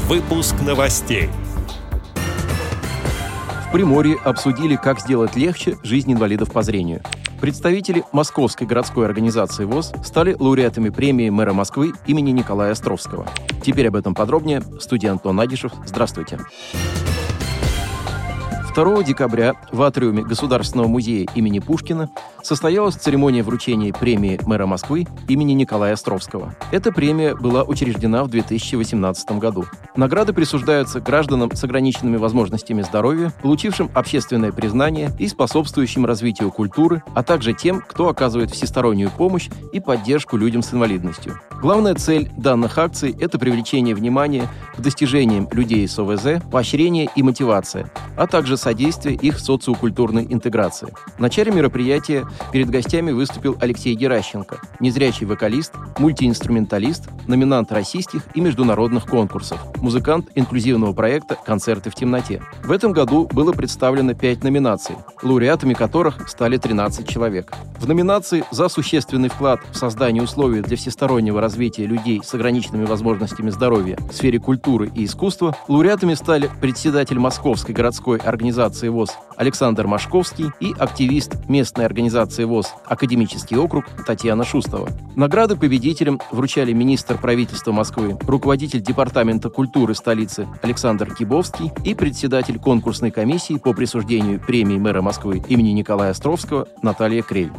Выпуск новостей. В Приморье обсудили, как сделать легче жизнь инвалидов по зрению. Представители Московской городской организации ВОС стали лауреатами премии мэра Москвы имени Николая Островского. Теперь об этом подробнее. В студии Антон Агишев. Здравствуйте. 2 декабря в атриуме Государственного музея имени Пушкина состоялась церемония вручения премии мэра Москвы имени Николая Островского. Эта премия была учреждена в 2018 году. Награды присуждаются гражданам с ограниченными возможностями здоровья, получившим общественное признание и способствующим развитию культуры, а также тем, кто оказывает всестороннюю помощь и поддержку людям с инвалидностью. Главная цель данных акций – это привлечение внимания к достижениям людей с ОВЗ, поощрение и мотивация, а также содействие их социокультурной интеграции. В начале мероприятия перед гостями выступил Алексей Геращенко, незрячий вокалист, мультиинструменталист, номинант российских и международных конкурсов, музыкант инклюзивного проекта «Концерты в темноте». В этом году было представлено 5 номинаций, лауреатами которых стали 13 человек. В номинации «За существенный вклад в создание условий для всестороннего развития людей с ограниченными возможностями здоровья в сфере культуры и искусства» лауреатами стали председатель Московской городской организации ВОС Александр Машковский и активист местной организации ВОС «Академический округ» Татьяна Шустова. Награды победителям вручали министр правительства Москвы, руководитель департамента культуры столицы Александр Кибовский и председатель конкурсной комиссии по присуждению премии мэра Москвы имени Николая Островского Наталья Крель.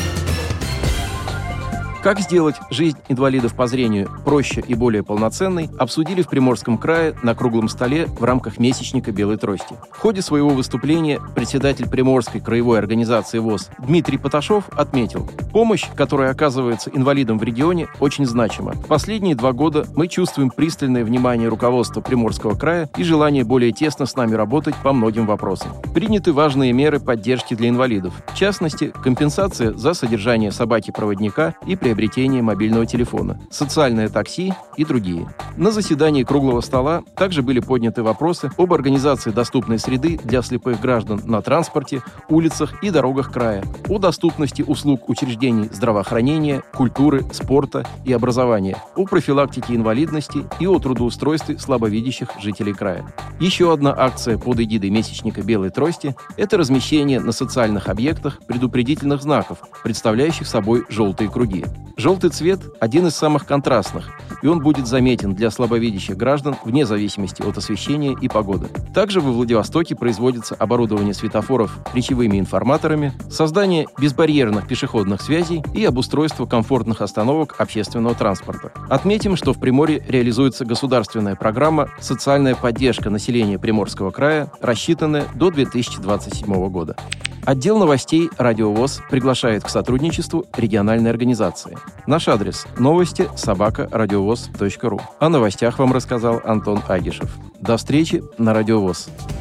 Как сделать жизнь инвалидов по зрению проще и более полноценной, обсудили в Приморском крае на круглом столе в рамках месячника «Белой трости». В ходе своего выступления председатель Приморской краевой организации ВОС Дмитрий Поташов отметил, помощь, которая оказывается инвалидам в регионе, очень значима. В последние 2 года мы чувствуем пристальное внимание руководства Приморского края и желание более тесно с нами работать по многим вопросам. Приняты важные меры поддержки для инвалидов. В частности, компенсация за содержание собаки-проводника и приобретение мобильного телефона, социальное такси и другие. На заседании круглого стола также были подняты вопросы об организации доступной среды для слепых граждан на транспорте, улицах и дорогах края, о доступности услуг учреждений здравоохранения, культуры, спорта и образования, о профилактике инвалидности и о трудоустройстве слабовидящих жителей края. Еще одна акция под эгидой месячника «Белой трости» – это размещение на социальных объектах предупредительных знаков, представляющих собой желтые круги. Желтый цвет – один из самых контрастных, и он будет заметен для слабовидящих граждан вне зависимости от освещения и погоды. Также во Владивостоке производится оборудование светофоров речевыми информаторами, создание безбарьерных пешеходных связей и обустройство комфортных остановок общественного транспорта. Отметим, что в Приморье реализуется государственная программа «Социальная поддержка населения Приморского края», рассчитанная до 2027 года. Отдел новостей «Радио ВОС» приглашает к сотрудничеству региональной организации. Наш адрес – новости@радиовос.ру. О новостях вам рассказал Антон Агишев. До встречи на Радио ВОС.